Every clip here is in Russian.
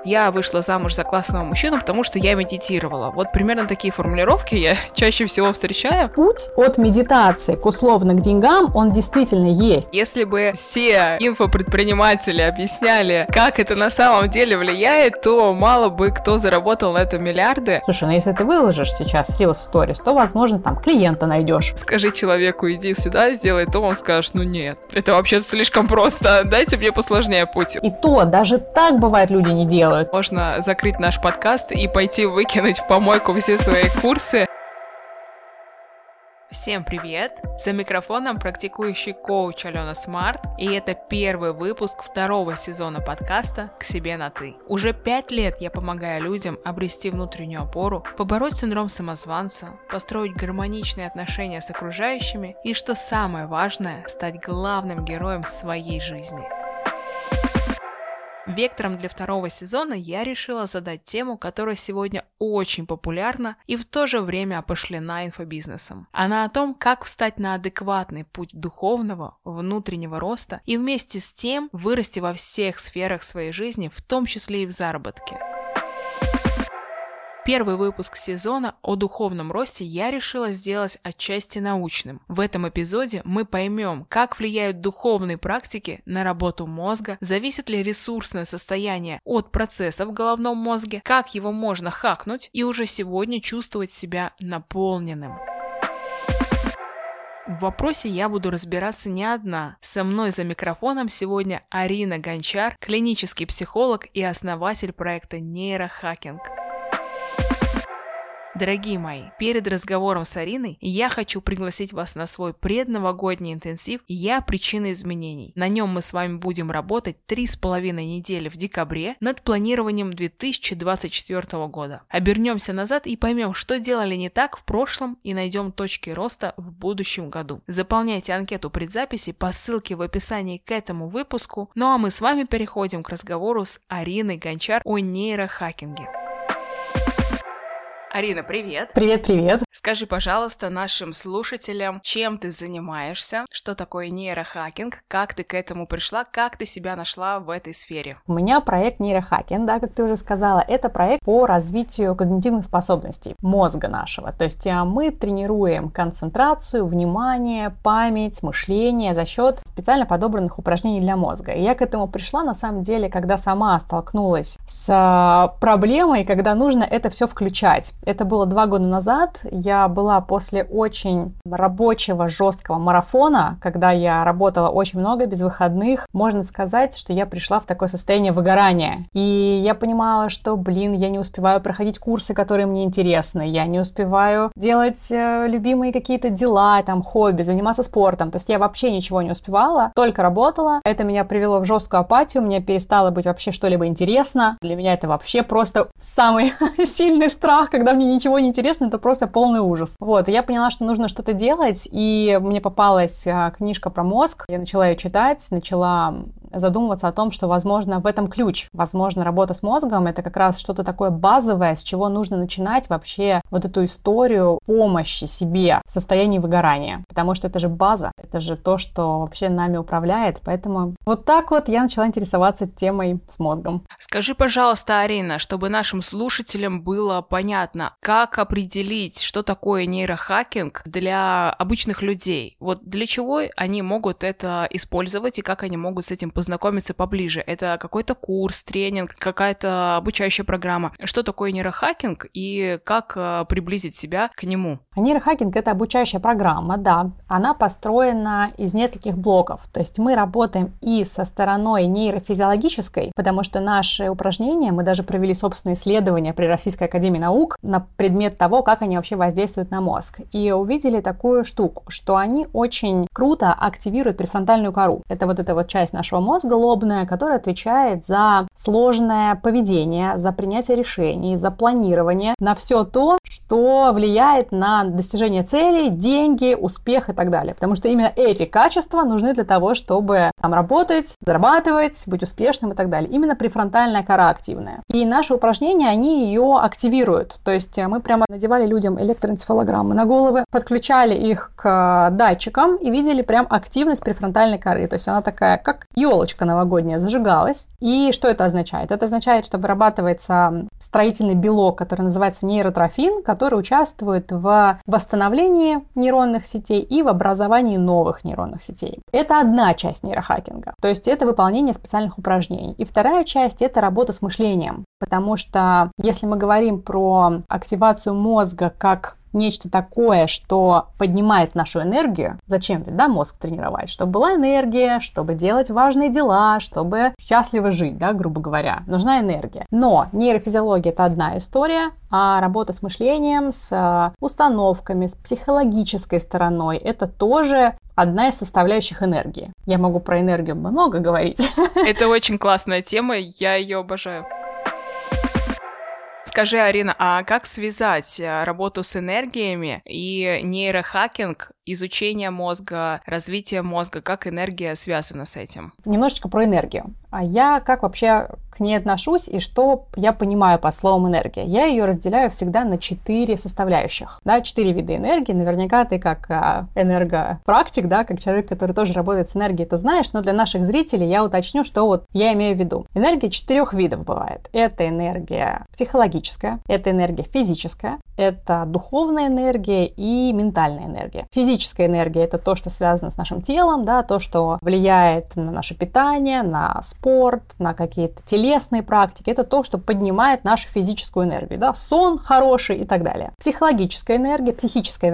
Я вышла замуж за классного мужчину, потому что я медитировала. Вот примерно такие формулировки я чаще всего встречаю. Путь от медитации к условно к деньгам, он действительно есть. Если бы все инфопредприниматели объясняли, как это на самом деле влияет, то мало бы кто заработал на это миллиарды. Слушай, ну если ты выложишь сейчас Reels Stories, то, возможно, там клиента найдешь. Скажи человеку, иди сюда, сделай то, он скажет, ну нет, это вообще слишком просто, дайте мне посложнее путь. И то, даже так бывает, люди не делают. Можно закрыть наш подкаст и пойти выкинуть в помойку все свои курсы. Всем привет! За микрофоном практикующий коуч Алена Смарт, и это первый выпуск второго сезона подкаста «К себе на ты». Уже 5 лет я помогаю людям обрести внутреннюю опору, побороть синдром самозванца, построить гармоничные отношения с окружающими и, что самое важное, стать главным героем своей жизни. Вектором для второго сезона я решила задать тему, которая сегодня очень популярна и в то же время опошлена инфобизнесом. Она о том, как встать на адекватный путь духовного, внутреннего роста и вместе с тем вырасти во всех сферах своей жизни, в том числе и в заработке. Первый выпуск сезона о духовном росте я решила сделать отчасти научным. В этом эпизоде мы поймем, как влияют духовные практики на работу мозга, зависит ли ресурсное состояние от процессов в головном мозге, как его можно хакнуть и уже сегодня чувствовать себя наполненным. В вопросе я буду разбираться не одна. Со мной за микрофоном сегодня Арина Гончар, клинический психолог и основатель проекта «Нейрохакинг». Дорогие мои, перед разговором с Ариной я хочу пригласить вас на свой предновогодний интенсив «Я причина изменений». На нем мы с вами будем работать 3,5 недели в декабре над планированием 2024 года. Обернемся назад и поймем, что делали не так в прошлом и найдем точки роста в будущем году. Заполняйте анкету предзаписи по ссылке в описании к этому выпуску. Ну а мы с вами переходим к разговору с Ариной Гончар о нейрохакинге. Арина, привет! Привет! Скажи, пожалуйста, нашим слушателям, чем ты занимаешься, что такое нейрохакинг, как ты к этому пришла, как ты себя нашла в этой сфере? У меня проект нейрохакинг, да, как ты уже сказала, это проект по развитию когнитивных способностей мозга нашего. То есть мы тренируем концентрацию, внимание, память, мышление за счет специально подобранных упражнений для мозга. И я к этому пришла, на самом деле, когда сама столкнулась с проблемой, когда нужно это все включать. Это было 2 года назад. Я была после очень рабочего, жесткого марафона, когда я работала очень много, без выходных. Можно сказать, что я пришла в такое состояние выгорания. И я понимала, что, я не успеваю проходить курсы, которые мне интересны. Я не успеваю делать любимые какие-то дела, хобби, заниматься спортом. То есть я вообще ничего не успевала, только работала. Это меня привело в жесткую апатию, мне перестало быть вообще что-либо интересно. Для меня это вообще просто самый сильный страх, когда мне ничего не интересно, это просто полный ужас. И я поняла, что нужно что-то делать, и мне попалась книжка про мозг. Я начала ее читать, начала задумываться о том, что, возможно, в этом ключ. Возможно, работа с мозгом — это как раз что-то такое базовое, с чего нужно начинать вообще эту историю помощи себе в состоянии выгорания. Потому что это же база, это же то, что вообще нами управляет. Поэтому так я начала интересоваться темой с мозгом. Скажи, пожалуйста, Арина, чтобы нашим слушателям было понятно, как определить, что такое нейрохакинг для обычных людей? Для чего они могут это использовать и как они могут с этим познакомиться поближе? Это какой-то курс, тренинг, какая-то обучающая программа? Что такое нейрохакинг и как приблизить себя к нему? Нейрохакинг — это обучающая программа, да. Она построена из нескольких блоков. То есть мы работаем и со стороной нейрофизиологической, потому что наши упражнения, мы даже провели собственные исследования при Российской академии наук на предмет того, как они вообще воздействуют на мозг. И увидели такую штуку, что они очень круто активируют префронтальную кору. Это эта часть нашего мозга лобная, которая отвечает за сложное поведение, за принятие решений, за планирование, на все то, что влияет на достижение целей, деньги, успех и так далее. Потому что именно эти качества нужны для того, чтобы там работать, зарабатывать, быть успешным и так далее. Именно префронтальная кора активная. И наши упражнения, они ее активируют. То есть мы прямо надевали людям электроэнцефалограммы на головы, подключали их к датчикам и видели прям активность префронтальной коры. То есть она такая, как елочка новогодняя, зажигалась. И что это означает? Это означает, что вырабатывается строительный белок, который называется нейротрофин, который участвует в восстановлении нейронных сетей и в образовании новых нейронных сетей. Это одна часть нейрохакинга. То есть это выполнение специальных упражнений. И вторая часть – это работа с мышлением. Потому что если мы говорим про активацию мозга как нечто такое, что поднимает нашу энергию. Зачем ведь, мозг тренировать? Чтобы была энергия, чтобы делать важные дела, чтобы счастливо жить, грубо говоря. Нужна энергия. Но нейрофизиология – это одна история, а работа с мышлением, с установками, с психологической стороной – это тоже одна из составляющих энергии. Я могу про энергию много говорить. Это очень классная тема, я ее обожаю. Скажи, Арина, а как связать работу с энергиями и нейрохакинг, изучение мозга, развитие мозга, как энергия связана с этим? Немножечко про энергию. А я как вообще к ней отношусь и что я понимаю под словом энергия? Я ее разделяю всегда на 4 составляющих. 4 вида энергии. Наверняка ты как энергопрактик, как человек, который тоже работает с энергией, это знаешь, но для наших зрителей я уточню, что вот я имею в виду. Энергия 4 видов бывает. Это энергия психологическая, это энергия физическая, это духовная энергия и ментальная энергия. Физическая энергия – это то, что связано с нашим телом, то, что влияет на наше питание, на спорт, на какие-то телесные практики. Это то, что поднимает нашу физическую энергию, сон хороший и так далее. Психологическая энергия, психическая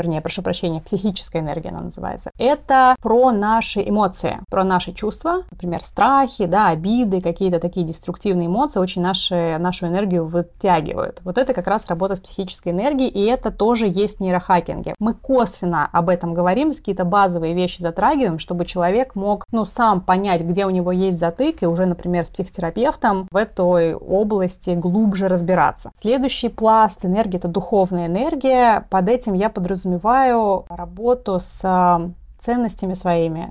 энергия она называется. Это про наши эмоции, про наши чувства, например, страхи, обиды, какие-то такие деструктивные эмоции очень нашу энергию вытягивают. Вот это как раз работа с психической энергией, и это тоже есть в нейрохакинге. Мы косвенно об этом говорим, какие-то базовые вещи затрагиваем, чтобы человек мог, сам понять, где у него есть затык, и уже, например, с психотерапевтом в этой области глубже разбираться. Следующий пласт энергии – это духовная энергия. Под этим я подразумеваю работу с ценностями своими,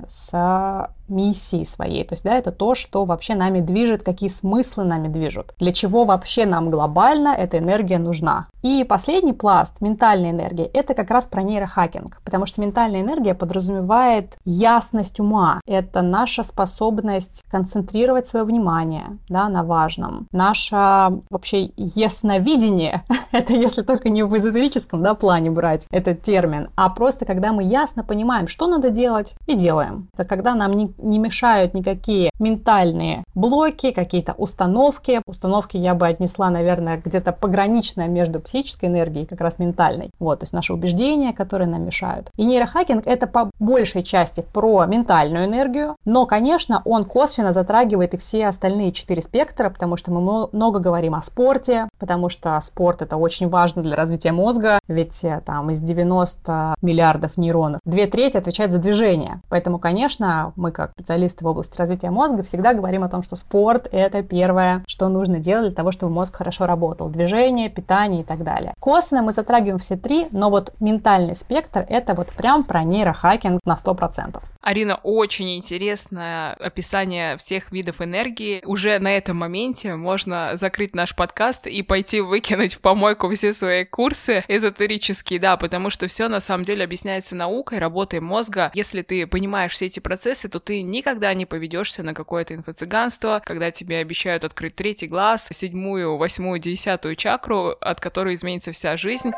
с миссии своей. То есть, это то, что вообще нами движет, какие смыслы нами движут, для чего вообще нам глобально эта энергия нужна. И последний пласт, ментальная энергия, это как раз про нейрохакинг, потому что ментальная энергия подразумевает ясность ума. Это наша способность концентрировать свое внимание, на важном. Наше вообще ясновидение, это если только не в эзотерическом, плане брать этот термин, а просто когда мы ясно понимаем, что надо делать, и делаем. Это когда нам не мешают никакие ментальные блоки, какие-то установки. Установки я бы отнесла, наверное, где-то пограничное между психической энергией и как раз ментальной. То есть наши убеждения, которые нам мешают. И нейрохакинг – это по большей части про ментальную энергию, но, конечно, он косвенно затрагивает и все остальные 4 спектра, потому что мы много говорим о спорте, потому что спорт – это очень важно для развития мозга, ведь там из 90 миллиардов нейронов 2/3 отвечает за движение. Поэтому, конечно, мы как специалисты в области развития мозга всегда говорим о том, что спорт – это первое, что нужно делать для того, чтобы мозг хорошо работал. Движение, питание и так далее. Косвенно мы затрагиваем все 3, но вот ментальный спектр – это вот прям про нейрохакинг на 100%. Арина, очень интересное описание всех видов энергии. Уже на этом моменте можно закрыть наш подкаст и пойти выкинуть в помойку все свои курсы эзотерические, потому что все на самом деле объясняется наукой, работой мозга. Если ты понимаешь все эти процессы, то ты никогда не поведешься на какое-то инфо-цыганство, когда тебе обещают открыть 3-й глаз, 7-ю, 8-ю, 10-ю чакру, от которой изменится вся жизнь.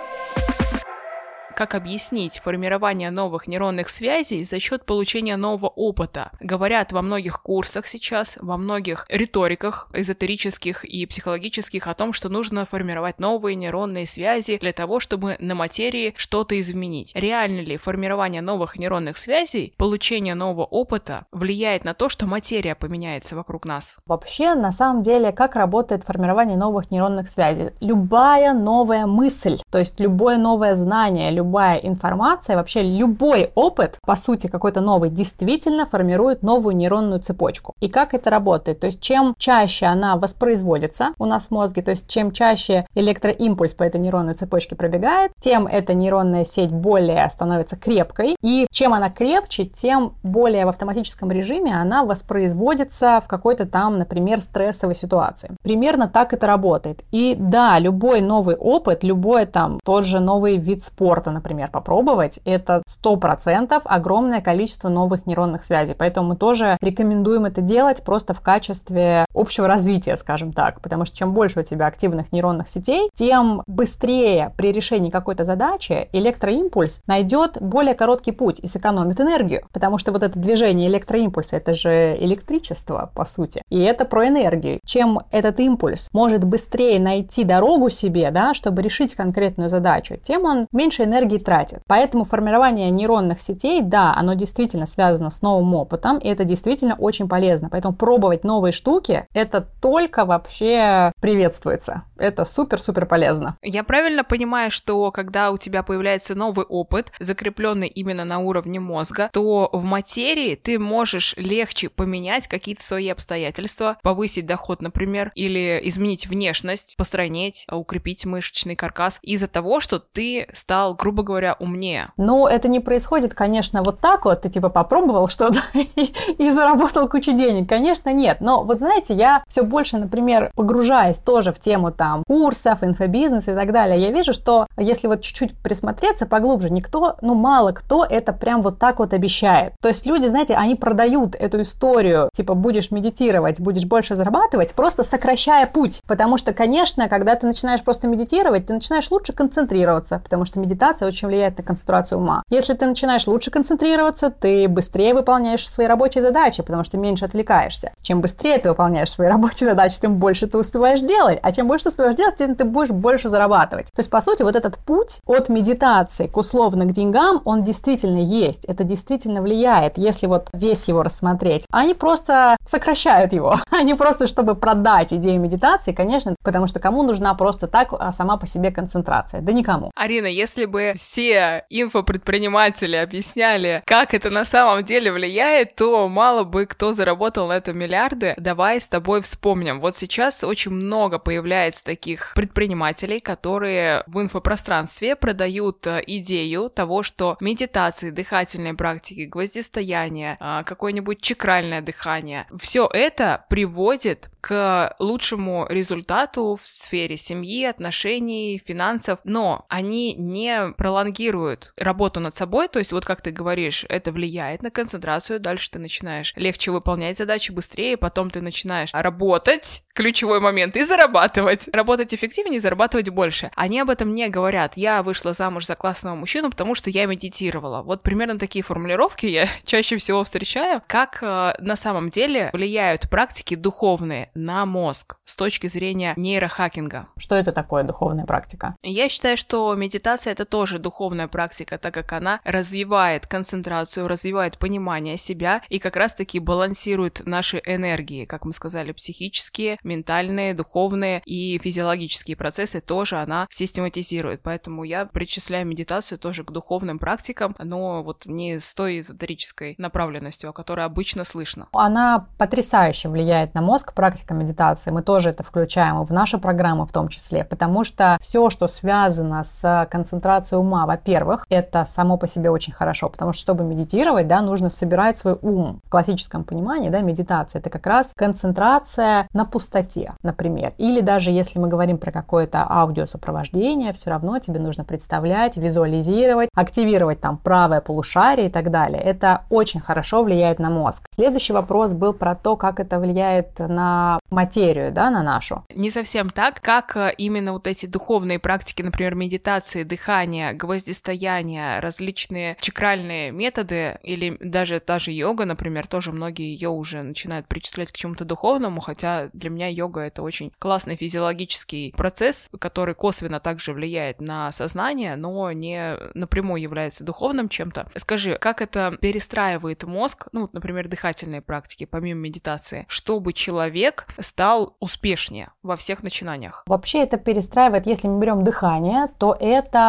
Как объяснить формирование новых нейронных связей за счет получения нового опыта? Говорят во многих курсах сейчас, во многих риториках эзотерических и психологических о том, что нужно формировать новые нейронные связи для того, чтобы на материи что-то изменить. Реально ли формирование новых нейронных связей, получение нового опыта влияет на то, что материя поменяется вокруг нас? Вообще, на самом деле, как работает формирование новых нейронных связей? Любая новая мысль, то есть любое новое знание, любое любая информация, вообще любой опыт, по сути, какой-то новый, действительно формирует новую нейронную цепочку. И как это работает? То есть чем чаще она воспроизводится у нас в мозге, то есть чем чаще электроимпульс по этой нейронной цепочке пробегает, тем эта нейронная сеть более становится крепкой. И чем она крепче, тем более в автоматическом режиме она воспроизводится в какой-то там, например, стрессовой ситуации. Примерно так это работает. И да, любой новый опыт, любой там тот же новый вид спорта, например, попробовать, это 100% огромное количество новых нейронных связей. Поэтому мы тоже рекомендуем это делать просто в качестве общего развития, скажем так. Потому что чем больше у тебя активных нейронных сетей, тем быстрее при решении какой-то задачи электроимпульс найдет более короткий путь и сэкономит энергию. Потому что вот это движение электроимпульса, это же электричество, по сути. И это про энергию. Чем этот импульс может быстрее найти дорогу себе, да, чтобы решить конкретную задачу, тем он меньше энергии тратит. Поэтому формирование нейронных сетей, да, оно действительно связано с новым опытом, и это действительно очень полезно. Поэтому пробовать новые штуки, это только вообще приветствуется. Это супер-супер полезно. Я правильно понимаю, что когда у тебя появляется новый опыт, закрепленный именно на уровне мозга, то в материи ты можешь легче поменять какие-то свои обстоятельства, повысить доход, например, или изменить внешность, постройнеть, укрепить мышечный каркас из-за того, что ты стал, грубо говоря, умнее. Ну, это не происходит, конечно, вот так вот, ты типа попробовал что-то и заработал кучу денег. Конечно, нет. Но вот знаете, я все больше, например, погружаясь тоже в тему там курсов, инфобизнеса и так далее, я вижу, что если вот чуть-чуть присмотреться поглубже, никто, ну мало кто это прям вот так вот обещает. То есть люди, знаете, они продают эту историю, типа будешь медитировать, будешь больше зарабатывать, просто сокращая путь. Потому что, конечно, когда ты начинаешь просто медитировать, ты начинаешь лучше концентрироваться, потому что медитация очень влияет на концентрацию ума. Если ты начинаешь лучше концентрироваться, ты быстрее выполняешь свои рабочие задачи, потому что меньше отвлекаешься. Чем быстрее ты выполняешь свои рабочие задачи, тем больше ты успеваешь делать. А чем больше ты успеваешь делать, тем ты будешь больше зарабатывать. То есть, по сути, вот этот путь от медитации к условно к деньгам, он действительно есть. Это действительно влияет, если вот весь его рассмотреть. Они просто сокращают его. Они просто, чтобы продать идею медитации, конечно, потому что кому нужна просто так сама по себе концентрация? Да никому. Арина, если бы все инфопредприниматели объясняли, как это на самом деле влияет, то мало бы кто заработал на это миллиарды. Давай с тобой вспомним. Вот сейчас очень много появляется таких предпринимателей, которые в инфопространстве продают идею того, что медитации, дыхательные практики, гвоздистояние, какое-нибудь чакральное дыхание, все это приводит к лучшему результату в сфере семьи, отношений, финансов, но они не пролонгируют работу над собой, то есть вот как ты говоришь, это влияет на концентрацию, дальше ты начинаешь легче выполнять задачи быстрее, потом ты начинаешь работать, ключевой момент, и зарабатывать. Работать эффективнее, зарабатывать больше. Они об этом не говорят. Я вышла замуж за классного мужчину, потому что я медитировала. Вот примерно такие формулировки я чаще всего встречаю. Как на самом деле влияют практики духовные на мозг с точки зрения нейрохакинга? Что это такое духовная практика? Я считаю, что медитация — это тоже духовная практика, так как она развивает концентрацию, развивает понимание себя и как раз-таки балансирует наши энергии, как мы сказали, психические, ментальные, духовные и физиологические процессы тоже она систематизирует. Поэтому я причисляю медитацию тоже к духовным практикам, но вот не с той эзотерической направленностью, о которой обычно слышно. Она потрясающе влияет на мозг, практика медитации. Мы тоже это включаем и в наши программы в том числе, потому что все, что связано с концентрацией ума, во-первых, это само по себе очень хорошо, потому что, чтобы медитировать, да, нужно собирать свой ум. В классическом понимании, да, медитация — это как раз концентрация на пустоте, например. Или даже если мы говорим про какое-то аудиосопровождение, все равно тебе нужно представлять, визуализировать, активировать там правое полушарие и так далее. Это очень хорошо влияет на мозг. Следующий вопрос был про то, как это влияет на материю, да, на нашу. Не совсем так, как именно вот эти духовные практики, например, медитации, дыхания, гвоздистояния, различные чакральные методы или даже та же йога, например, тоже многие ее уже начинают причислять к чему-то духовному, хотя для меня йога — это очень классный физиологический процесс, который косвенно также влияет на сознание, но не напрямую является духовным чем-то. Скажи, как это перестраивает мозг, ну, например, дыхательные практики, помимо медитации, чтобы человек стал успешнее во всех начинаниях? Вообще это перестраивает, если мы берем дыхание, то это, по крайней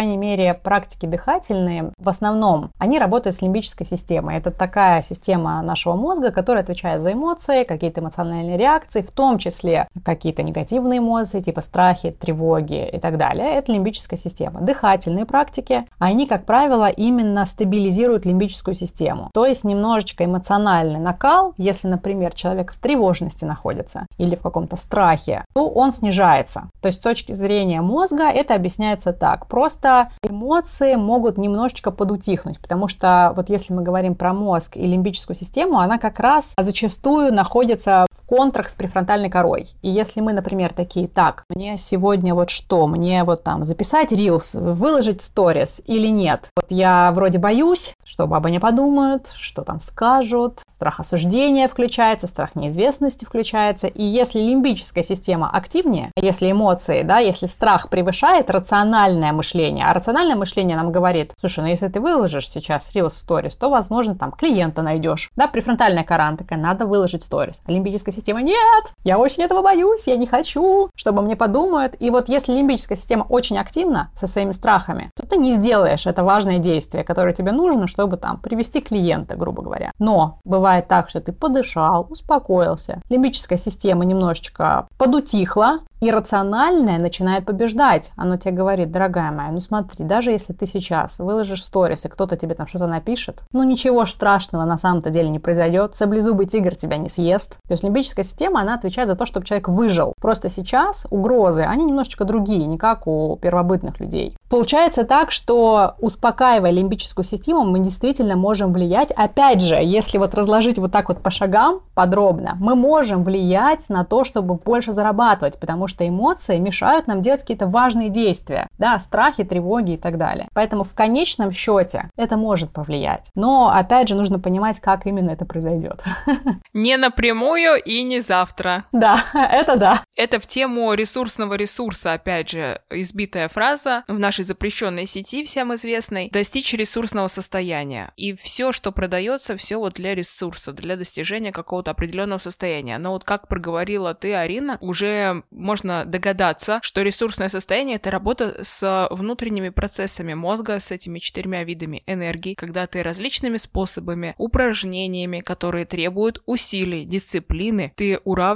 крайней мере, практики дыхательные, в основном, они работают с лимбической системой. Это такая система нашего мозга, которая отвечает за эмоции, какие-то эмоциональные реакции, в том числе какие-то негативные эмоции, типа страхи, тревоги и так далее. Это лимбическая система. Дыхательные практики, они, как правило, именно стабилизируют лимбическую систему. То есть немножечко эмоциональный накал, если, например, человек в тревожности находится или в каком-то страхе, то он снижается. То есть с точки зрения мозга это объясняется так. Просто эмоции могут немножечко подутихнуть, потому что вот если мы говорим про мозг и лимбическую систему, она как раз зачастую находится в контрах с префронтальной корой. И если мы, например, такие, так, мне сегодня вот что, мне вот там записать рилс, выложить сторис или нет? Вот я вроде боюсь, что обо мне подумают, что там скажут, страх осуждения включается, страх неизвестности включается. И если лимбическая система активнее, если эмоции, да, если страх превышает рациональное мышление, а рациональное мышление нам говорит, слушай, ну если ты выложишь сейчас рилс сторис, то, возможно, там клиента найдешь. Да, префронтальная кора такая, надо выложить сторис. А лимбическая система, нет, я очень этого боюсь, я не хочу, чтобы мне подумают. И вот если лимбическая система очень активна со своими страхами, то ты не сделаешь это важное действие, которое тебе нужно, чтобы там привести клиента, грубо говоря. Но бывает так, что ты подышал, успокоился, лимбическая система немножечко подутихла, и рациональное начинает побеждать. Оно тебе говорит, дорогая моя, ну смотри, даже если ты сейчас выложишь сторис, и кто-то тебе там что-то напишет, ну ничего ж страшного на самом-то деле не произойдет. Саблезубый тигр тебя не съест. То есть лимбическая система, она отвечает за то, чтобы человек выжил. Просто сейчас угрозы, они немножечко другие, не как у первобытных людей. Получается так, что успокаивая лимбическую систему, мы действительно можем влиять. Опять же, если вот разложить вот так вот по шагам подробно, мы можем влиять на то, чтобы больше зарабатывать, потому что эмоции мешают нам делать какие-то важные действия, да, страхи, тревоги и так далее. Поэтому в конечном счете это может повлиять. Но, опять же, нужно понимать, как именно это произойдет. Не напрямую и не завтра. Да, это да. Это в тему ресурсного ресурса, опять же, избитая фраза в нашей запрещенной сети, всем известной, достичь ресурсного состояния. И все, что продается, все вот для ресурса, для достижения какого-то определенного состояния. Но вот как проговорила ты, Арина, уже можно догадаться, что ресурсное состояние — это работа с внутренними процессами мозга, с этими 4 видами энергии, когда ты различными способами, упражнениями, которые требуют усилий, дисциплины, ты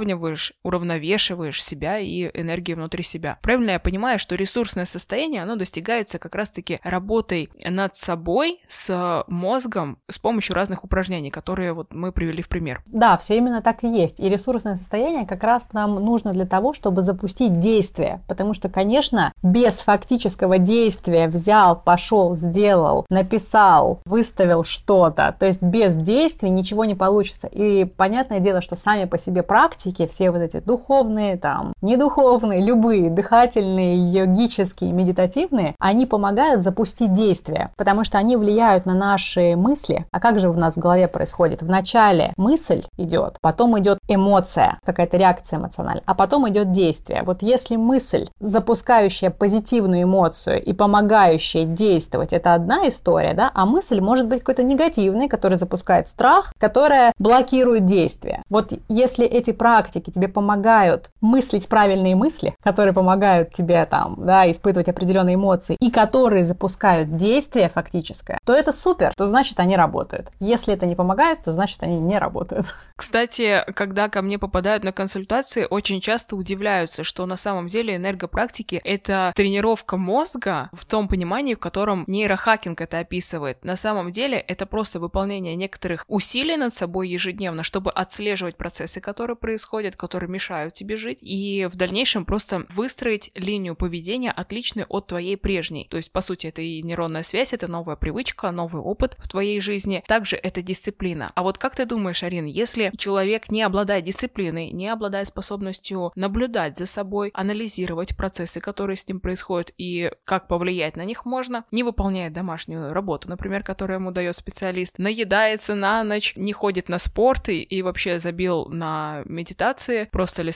уравновешиваешь себя и энергию внутри себя. Правильно я понимаю, что ресурсное состояние, оно достигается как раз-таки работой над собой, с мозгом, с помощью разных упражнений, которые вот мы привели в пример. Да, все именно так и есть. И ресурсное состояние как раз нам нужно для того, чтобы запустить действие. Потому что, конечно, без фактического действия взял, пошел, сделал, написал, выставил что-то, то есть без действий ничего не получится. И понятное дело, что сами по себе практики, все вот эти духовные, там, недуховные, любые, дыхательные, йогические, медитативные, они помогают запустить действие, потому что они влияют на наши мысли. А как же у нас в голове происходит? Вначале мысль идет, потом идет эмоция, какая-то реакция эмоциональная, а потом идет действие. Вот если мысль, запускающая позитивную эмоцию и помогающая действовать, это одна история, да, а мысль может быть какой-то негативной, которая запускает страх, которая блокирует действие. Вот если эти практики тебе помогают мыслить правильные мысли, которые помогают тебе там, да, испытывать определенные эмоции и которые запускают действие фактическое, то это супер, то значит они работают. Если это не помогает, то значит они не работают. Кстати, когда ко мне попадают на консультации, очень часто удивляются, что на самом деле энергопрактики — это тренировка мозга в том понимании, в котором нейрохакинг это описывает. На самом деле это просто выполнение некоторых усилий над собой ежедневно, чтобы отслеживать процессы, которые происходят, которые мешают тебе жить, и в дальнейшем просто выстроить линию поведения, отличную от твоей прежней. То есть, по сути, это и нейронная связь, это новая привычка, новый опыт в твоей жизни. Также это дисциплина. А вот как ты думаешь, Арина, если человек не обладает дисциплиной, не обладает способностью наблюдать за собой, анализировать процессы, которые с ним происходят, и как повлиять на них можно, не выполняет домашнюю работу, например, которую ему дает специалист, наедается на ночь, не ходит на спорт и вообще забил на медитации, просто листает Инстаграм,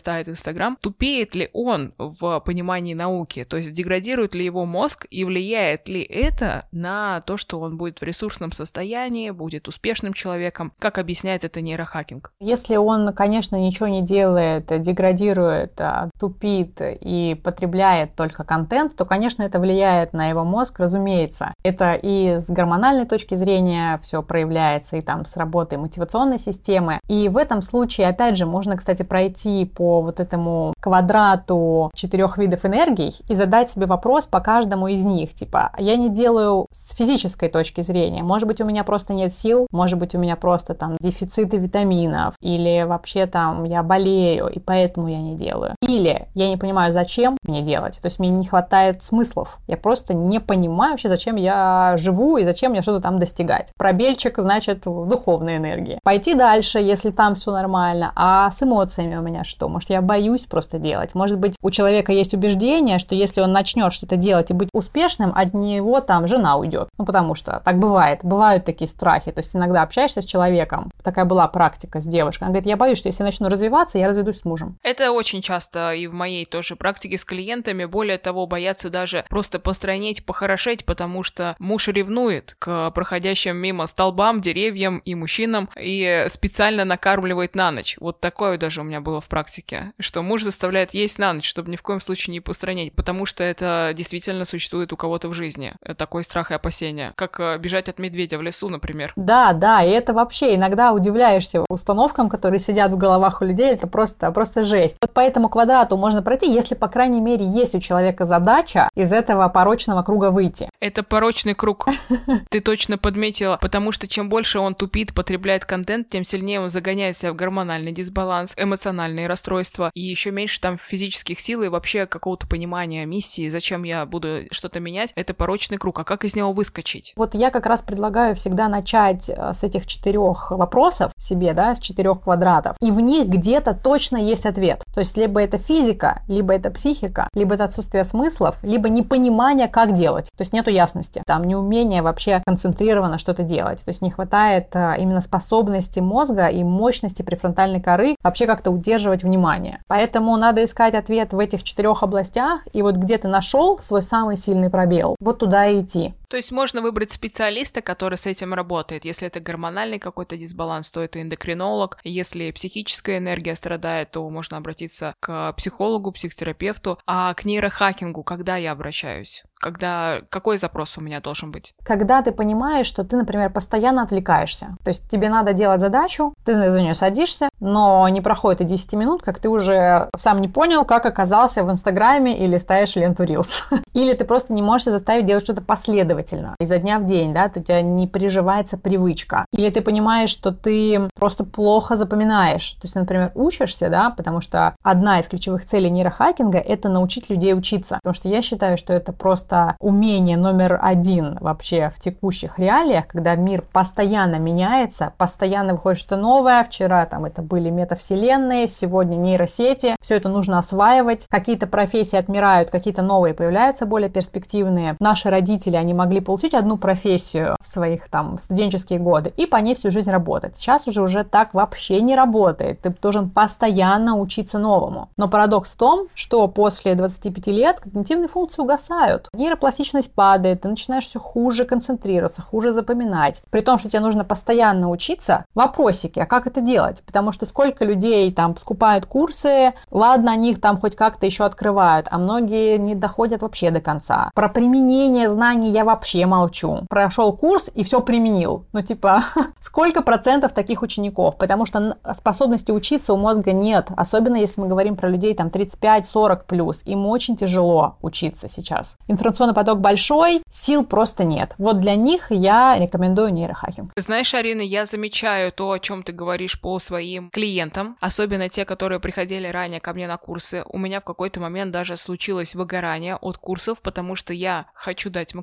Инстаграм, тупеет ли он в понимании науки, то есть деградирует ли его мозг и влияет ли это на то, что он будет в ресурсном состоянии, будет успешным человеком, как объясняет это нейрохакинг? Если он, конечно, ничего не делает, деградирует, тупит и потребляет только контент, то, конечно, это влияет на его мозг, разумеется. Это и с гормональной точки зрения все проявляется, и там с работой мотивационной системы. И в этом случае, опять же, можно, кстати, пройти по вот этому квадрату 4 видов энергий и задать себе вопрос по каждому из них. Типа, я не делаю с физической точки зрения. Может быть, у меня просто нет сил, может быть, у меня просто там дефициты витаминов, или вообще там я болею, и поэтому я не делаю. Или я не понимаю, зачем мне делать. То есть мне не хватает смыслов. Я просто не понимаю вообще, зачем я живу и зачем мне что-то там достигать. Пробельчик, значит, в духовной энергии. Пойти дальше, если там все нормально. А с эмоциями у меня что? Может, я боюсь просто делать? Может быть, у человека есть убеждение, что если он начнет что-то делать и быть успешным, от него там жена уйдет. Ну, потому что так бывает. Бывают такие страхи. То есть иногда общаешься с человеком. Такая была практика с девушкой. Она говорит, я боюсь, что если я начну развиваться, я разведусь с мужем. Это очень часто и в моей тоже практике с клиентами. Более того, боятся даже просто постройнеть, похорошеть, потому что муж ревнует к проходящим мимо столбам, деревьям и мужчинам и специально накармливает на ночь. Вот такое даже у меня было в практике, что муж заставляет есть на ночь, чтобы ни в коем случае не постройнеть, потому что это действительно существует у кого-то в жизни. Такой страх и опасения. Как бежать от медведя в лесу, например. Да, и это вообще иногда удивляешься установкам, которые сидят в головах у людей, это просто жесть. Вот по этому квадрату можно пройти, если, по крайней мере, есть у человека задача из этого порочного круга выйти. Это порочный круг. Ты точно подметила, потому что чем больше он тупит, потребляет контент, тем сильнее он загоняет себя в гормональный дисбаланс, эмоциональные расстройства, и еще меньше там физических сил и вообще какого-то понимания миссии, зачем я буду что-то менять. Это порочный круг. А как из него выскочить? Вот я как раз предлагаю всегда начать с этих 4 вопросов себе, да, с 4 квадратов, и в них где-то точно есть ответ. То есть либо это физика, либо это психика, либо это отсутствие смыслов, либо непонимание, как делать. То есть нету ясности, там неумение вообще концентрированно что-то делать. То есть не хватает именно способности мозга и мощности префронтальной коры вообще как-то удерживать внимание. Поэтому надо искать ответ в этих 4 областях, и вот где ты нашел свой самый сильный пробел, вот туда и идти. То есть можно выбрать специалиста, который с этим работает. Если это гормональный какой-то дисбаланс, то это эндокринолог. Если психическая энергия страдает, то можно обратиться к психологу, психотерапевту. А к нейрохакингу когда я обращаюсь? Какой запрос у меня должен быть? Когда ты понимаешь, что ты, например, постоянно отвлекаешься. То есть тебе надо делать задачу, ты за нее садишься, но не проходит и 10 минут, как ты уже сам не понял, как оказался в Инстаграме или листаешь ленту Reels. Или ты просто не можешь заставить делать что-то последовательно, изо дня в день, да, у тебя не приживается привычка. Или ты понимаешь, что ты просто плохо запоминаешь. То есть, например, учишься, да, потому что одна из ключевых целей нейрохакинга — это научить людей учиться. Потому что я считаю, что это просто умение номер 1 вообще в текущих реалиях, когда мир постоянно меняется, постоянно выходит что-то новое. Вчера там это были метавселенные, сегодня нейросети. Все это нужно осваивать. Какие-то профессии отмирают, какие-то новые появляются, более перспективные. Наши родители, они могли получить одну профессию в своих там студенческие годы и по ней всю жизнь работать. Сейчас уже так вообще не работает. Ты должен постоянно учиться новому. Но парадокс в том, что после 25 лет когнитивные функции угасают. Нейропластичность падает, ты начинаешь все хуже концентрироваться, хуже запоминать. При том, что тебе нужно постоянно учиться, вопросики, а как это делать? Потому что сколько людей там скупают курсы, ладно, они их там хоть как-то еще открывают, а многие не доходят вообще до конца. Про применение знаний я вообще молчу. Прошел курс и все применил. Ну, типа, сколько процентов таких учеников? Потому что способности учиться у мозга нет. Особенно, если мы говорим про людей там 35-40 плюс. Им очень тяжело учиться сейчас. Информационный поток большой, сил просто нет. Вот для них я рекомендую нейрохакинг. Знаешь, Арина, я замечаю то, о чем ты говоришь по своим клиентам, особенно те, которые приходили ранее ко мне на курсы. У меня в какой-то момент даже случилось выгорание от курсов, потому что я хочу дать максимальную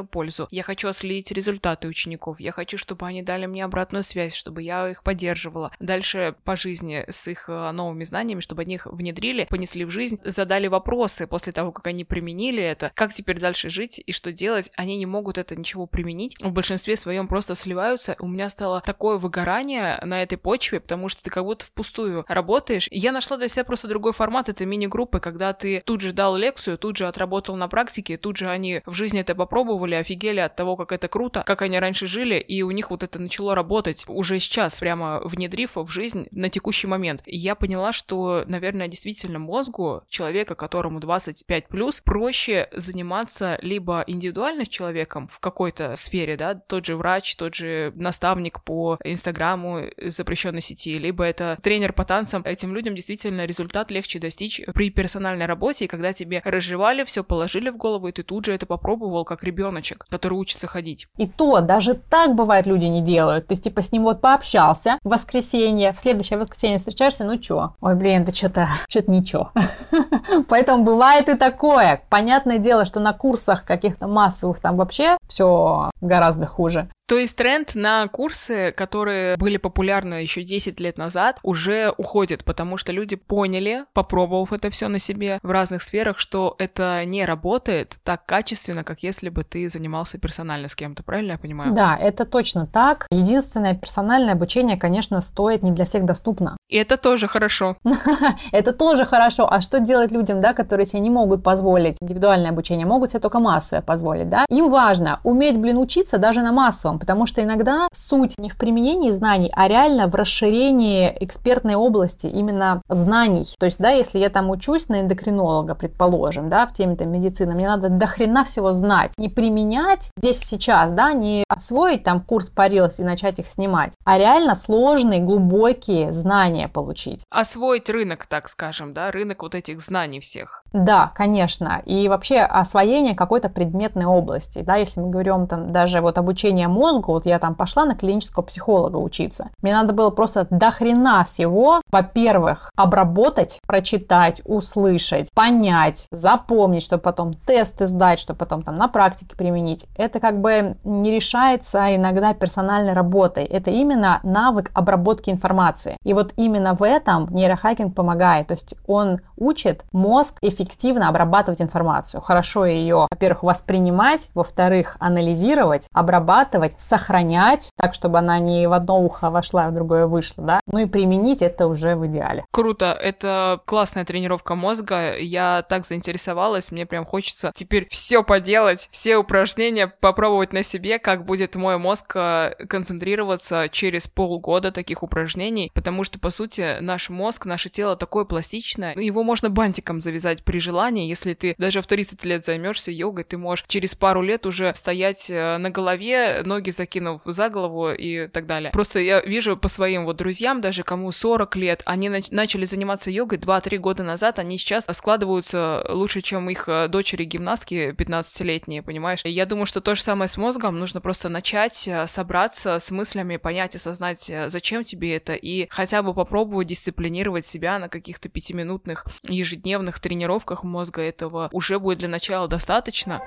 пользу. Я хочу отследить результаты учеников. Я хочу, чтобы они дали мне обратную связь, чтобы я их поддерживала. Дальше по жизни с их новыми знаниями, чтобы они их внедрили, понесли в жизнь, задали вопросы после того, как они применили это, как теперь дальше жить и что делать. Они не могут это ничего применить. В большинстве своем просто сливаются. У меня стало такое выгорание на этой почве, потому что ты как будто впустую работаешь. И я нашла для себя просто другой формат, это мини-группы, когда ты тут же дал лекцию, тут же отработал на практике, тут же они в жизни это попробовали, офигели от того, как это круто, как они раньше жили, и у них вот это начало работать уже сейчас, прямо внедрив в жизнь на текущий момент. И я поняла, что, наверное, действительно мозгу человека, которому 25+, проще заниматься либо индивидуально с человеком в какой-то сфере, да, тот же врач, тот же наставник по Инстаграму, запрещенной сети, либо это тренер по танцам. Этим людям действительно результат легче достичь при персональной работе, и когда тебе разжевали, все положили в голову, и ты тут же это попробовал, как ребеночек, который учится ходить. И то, даже так бывает, люди не делают. То есть, типа, с ним вот пообщался в воскресенье, в следующее воскресенье встречаешься, ну чё? Ой, блин, ты что-то ничего. Поэтому бывает и такое. Понятное дело, что на курсах каких-то массовых там вообще все гораздо хуже. То есть тренд на курсы, которые были популярны еще 10 лет назад, уже уходит, потому что люди поняли, попробовав это все на себе в разных сферах, что это не работает так качественно, как если бы ты занимался персонально с кем-то, правильно я понимаю? Да, это точно так. Единственное, персональное обучение, конечно, стоит не для всех доступно. И это тоже хорошо. Это тоже хорошо. А что делать людям, да, которые себе не могут позволить индивидуальное обучение, могут себе только массовое позволить, да? Им важно уметь, учиться даже на массовом, потому что иногда суть не в применении знаний, а реально в расширении экспертной области именно знаний. То есть, да, если я там учусь на эндокринолога, предположим, да, в теме там медицины, мне надо до хрена всего знать. Не применять здесь и сейчас, да, не освоить там курс по Reels и начать их снимать, а реально сложные, глубокие знания получить. Освоить рынок, так скажем, да, рынок вот этих знаний всех. Да, конечно. И вообще освоение какой-то предметной области, да, если мы говорим там даже вот обучение мозгу, вот я там пошла на клинического психолога учиться. Мне надо было просто до хрена всего, во-первых, обработать, прочитать, услышать, понять, запомнить, чтобы потом тесты сдать, чтобы потом там на практике применить. Это как бы не решается иногда персональной работой. Это именно навык обработки информации. И вот именно в этом нейрохакинг помогает. То есть он учит мозг эффективно обрабатывать информацию. Хорошо ее, во-первых, воспринимать, во-вторых, анализировать, обрабатывать, сохранять, так, чтобы она не в одно ухо вошла, а в другое вышла, да? Ну и применить это уже в идеале. Круто, это классная тренировка мозга, я так заинтересовалась, мне прям хочется теперь все поделать, все упражнения попробовать на себе, как будет мой мозг концентрироваться через полгода таких упражнений, потому что, по сути, наш мозг, наше тело такое пластичное, его можно бантиком завязать при желании, если ты даже в 30 лет займешься йогой, ты можешь через пару лет уже стоять на голове, ноги закинув за голову и так далее. Просто я вижу по своим вот друзьям, даже кому 40 лет, они начали заниматься йогой 2-3 года назад, они сейчас складываются лучше, чем их дочери-гимнастки 15-летние, понимаешь? И я думаю, что то же самое с мозгом, нужно просто начать собраться с мыслями, понять, осознать, зачем тебе это, и хотя бы попробовать дисциплинировать себя на каких-то 5-минутных ежедневных тренировках мозга. Этого уже будет для начала достаточно.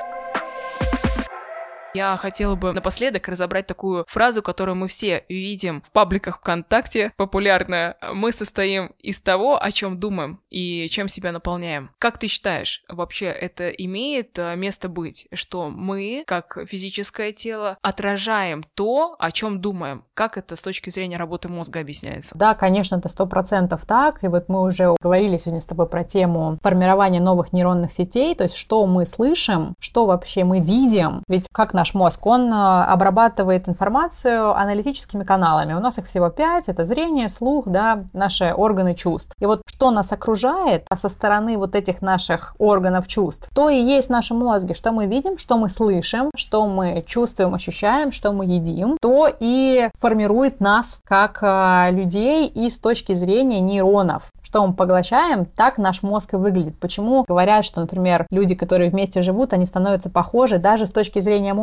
Я хотела бы напоследок разобрать такую фразу, которую мы все видим в пабликах ВКонтакте, популярная. Мы состоим из того, о чем думаем и чем себя наполняем. Как ты считаешь, вообще это имеет место быть, что мы, как физическое тело, отражаем то, о чем думаем? Как это с точки зрения работы мозга объясняется? Да, конечно, это 100% так. И вот мы уже говорили сегодня с тобой про тему формирования новых нейронных сетей, то есть что мы слышим, что вообще мы видим. Ведь как наш мозг, он обрабатывает информацию аналитическими каналами. У нас их всего 5, это зрение, слух, да, наши органы чувств. И вот что нас окружает со стороны вот этих наших органов чувств, то и есть в нашем мозге, что мы видим, что мы слышим, что мы чувствуем, ощущаем, что мы едим, то и формирует нас как людей и с точки зрения нейронов. Что мы поглощаем, так наш мозг и выглядит. Почему говорят, что, например, люди, которые вместе живут, они становятся похожи даже с точки зрения мозга?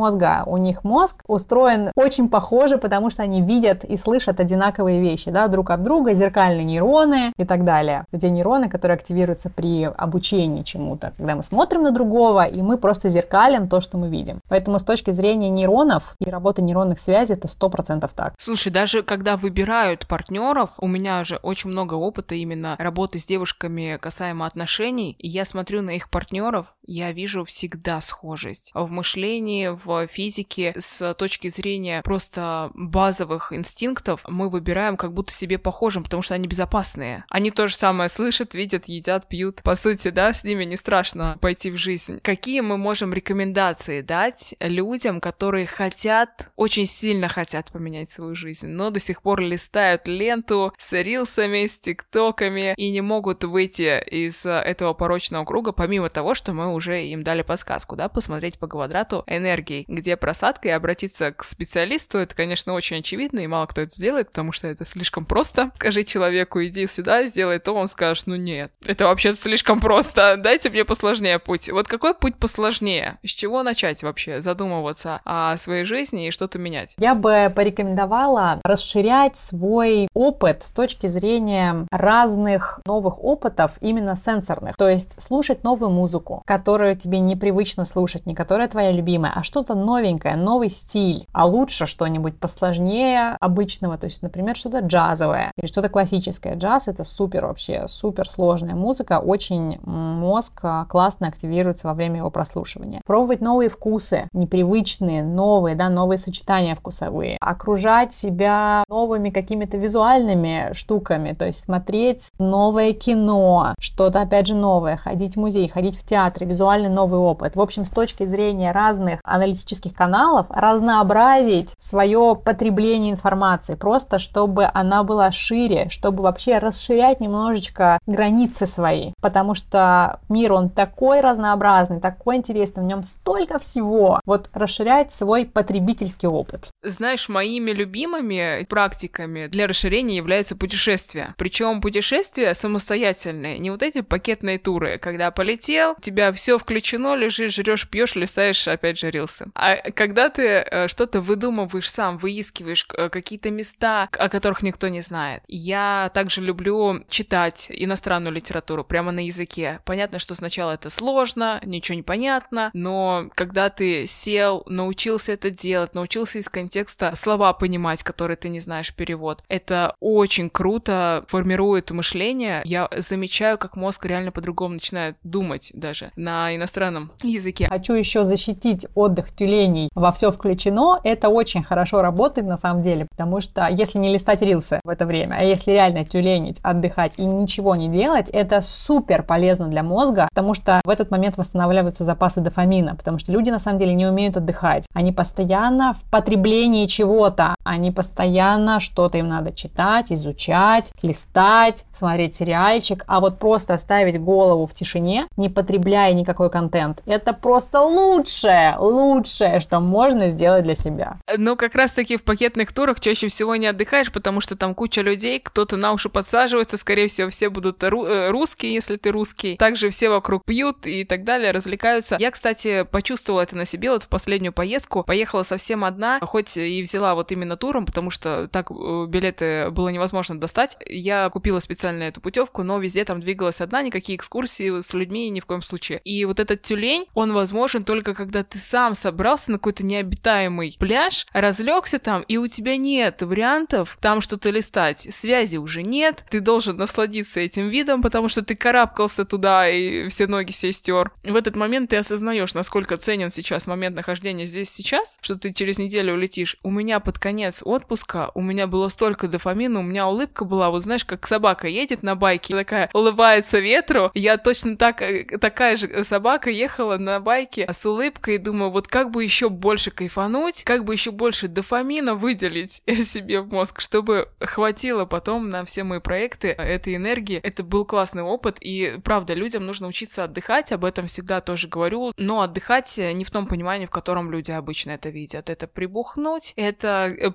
мозга. У них мозг устроен очень похоже, потому что они видят и слышат одинаковые вещи, да, друг от друга, зеркальные нейроны и так далее. Те нейроны, которые активируются при обучении чему-то, когда мы смотрим на другого, и мы просто зеркалим то, что мы видим. Поэтому с точки зрения нейронов и работы нейронных связей это 100% так. Слушай, даже когда выбирают партнеров, у меня же очень много опыта именно работы с девушками касаемо отношений, и я смотрю на их партнеров, я вижу всегда схожесть в мышлении, в физике, с точки зрения просто базовых инстинктов мы выбираем как будто себе похожим, потому что они безопасные. Они то же самое слышат, видят, едят, пьют. По сути, да, с ними не страшно пойти в жизнь. Какие мы можем рекомендации дать людям, которые очень сильно хотят поменять свою жизнь, но до сих пор листают ленту с рилсами, с тиктоками и не могут выйти из этого порочного круга, помимо того, что мы уже им дали подсказку, да, посмотреть по квадрату энергии, где просадка, и обратиться к специалисту. Это, конечно, очень очевидно, и мало кто это сделает, потому что это слишком просто. Скажи человеку, иди сюда, сделай то, он скажет, ну нет, это вообще слишком просто, дайте мне посложнее путь. Вот какой путь посложнее? С чего начать вообще задумываться о своей жизни и что-то менять? Я бы порекомендовала расширять свой опыт с точки зрения разных новых опытов, именно сенсорных. То есть слушать новую музыку, которую тебе непривычно слушать, не которая твоя любимая, а что-то новенькое, новый стиль, а лучше что-нибудь посложнее обычного, то есть, например, что-то джазовое или что-то классическое. Джаз — это супер вообще, супер сложная музыка, очень мозг классно активируется во время его прослушивания. Пробовать новые вкусы, непривычные, новые, да, новые сочетания вкусовые, окружать себя новыми какими-то визуальными штуками, то есть смотреть новое кино, что-то, опять же, новое, ходить в музей, ходить в театр, визуальный новый опыт. В общем, с точки зрения разных аналитических каналов, разнообразить свое потребление информации, просто чтобы она была шире, чтобы вообще расширять немножечко границы свои, потому что мир, он такой разнообразный, такой интересный, в нем столько всего. Вот расширять свой потребительский опыт. Знаешь, моими любимыми практиками для расширения являются путешествия. Причем путешествия самостоятельные, не вот эти пакетные туры, когда полетел, у тебя все включено, лежишь, жрешь, пьешь, листаешь, опять же, рилсы. А когда ты что-то выдумываешь сам, выискиваешь какие-то места, о которых никто не знает. Я также люблю читать иностранную литературу прямо на языке. Понятно, что сначала это сложно, ничего не понятно, но когда ты сел, научился это делать, научился из контекста слова понимать, которые ты не знаешь перевод, это очень круто формирует мышление. Я замечаю, как мозг реально по-другому начинает думать даже на иностранном языке. Хочу еще защитить отдых тюленей. Во все включено. Это очень хорошо работает на самом деле, потому что если не листать рилсы в это время, а если реально тюленить, отдыхать и ничего не делать, это супер полезно для мозга, потому что в этот момент восстанавливаются запасы дофамина, потому что люди на самом деле не умеют отдыхать. Они постоянно в потреблении чего-то, они постоянно что-то им надо читать, изучать, листать, смотреть сериальчик, а вот просто оставить голову в тишине, не потребляя никакой контент, это просто лучшее, что можно сделать для себя. Ну, как раз-таки в пакетных турах чаще всего не отдыхаешь, потому что там куча людей, кто-то на уши подсаживается, скорее всего, все будут русские, если ты русский. Также все вокруг пьют и так далее, развлекаются. Я, кстати, почувствовала это на себе вот в последнюю поездку. Поехала совсем одна, хоть и взяла вот именно туром, потому что так билеты было невозможно достать. Я купила специально эту путевку, но везде там двигалась одна, никакие экскурсии с людьми ни в коем случае. И вот этот тюлень, он возможен только когда ты сам собрался на какой-то необитаемый пляж, разлегся там, и у тебя нет вариантов там что-то листать. Связи уже нет, ты должен насладиться этим видом, потому что ты карабкался туда и все ноги себе стер. В этот момент ты осознаешь, насколько ценен сейчас момент нахождения здесь сейчас, что ты через неделю улетишь. У меня под конец отпуска, у меня было столько дофамина, у меня улыбка была, вот знаешь, как собака едет на байке, такая улыбается ветру. Я точно такая же собака ехала на байке с улыбкой и думаю, вот как бы еще больше кайфануть, как бы еще больше дофамина выделить себе в мозг, чтобы хватило потом на все мои проекты этой энергии. Это был классный опыт, и правда, людям нужно учиться отдыхать, об этом всегда тоже говорю, но отдыхать не в том понимании, в котором люди обычно это видят. Это прибухнуть, это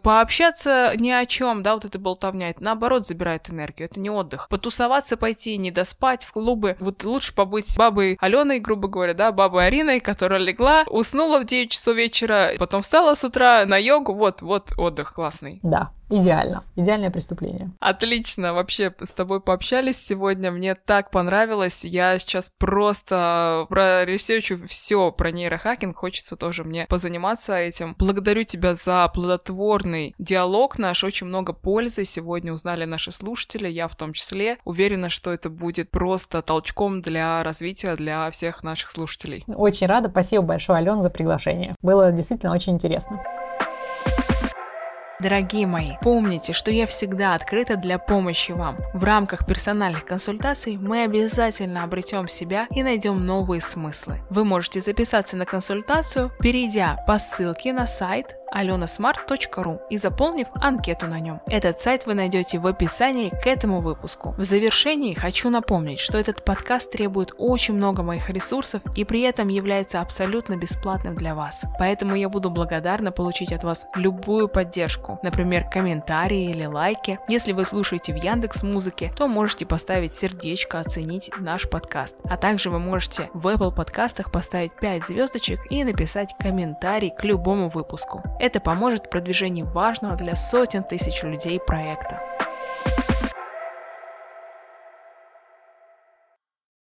Пообщаться ни о чем, да, вот это болтовня, это наоборот забирает энергию, это не отдых. Потусоваться пойти, не доспать в клубы. Вот лучше побыть бабой Аленой, грубо говоря, да, бабой Ариной, которая легла, уснула в 9 часов вечера, потом встала с утра на йогу, вот отдых классный. Да. Идеально. Идеальное преступление. Отлично. Вообще с тобой пообщались сегодня. Мне так понравилось. Я сейчас просто проресерчу все про нейрохакинг. Хочется тоже мне позаниматься этим. Благодарю тебя за плодотворный диалог наш. Очень много пользы сегодня узнали наши слушатели, я в том числе. Уверена, что это будет просто толчком для развития для всех наших слушателей. Очень рада. Спасибо большое, Алена, за приглашение. Было действительно очень интересно. Дорогие мои, помните, что я всегда открыта для помощи вам. В рамках персональных консультаций мы обязательно обретем себя и найдем новые смыслы. Вы можете записаться на консультацию, перейдя по ссылке на сайт alenasmart.ru и заполнив анкету на нем. Этот сайт вы найдете в описании к этому выпуску. В завершении хочу напомнить, что этот подкаст требует очень много моих ресурсов и при этом является абсолютно бесплатным для вас. Поэтому я буду благодарна получить от вас любую поддержку, например, комментарии или лайки. Если вы слушаете в Яндекс.Музыке, то можете поставить сердечко, оценить наш подкаст. А также вы можете в Apple подкастах поставить 5 звездочек и написать комментарий к любому выпуску. Это поможет в продвижении важного для сотен тысяч людей проекта.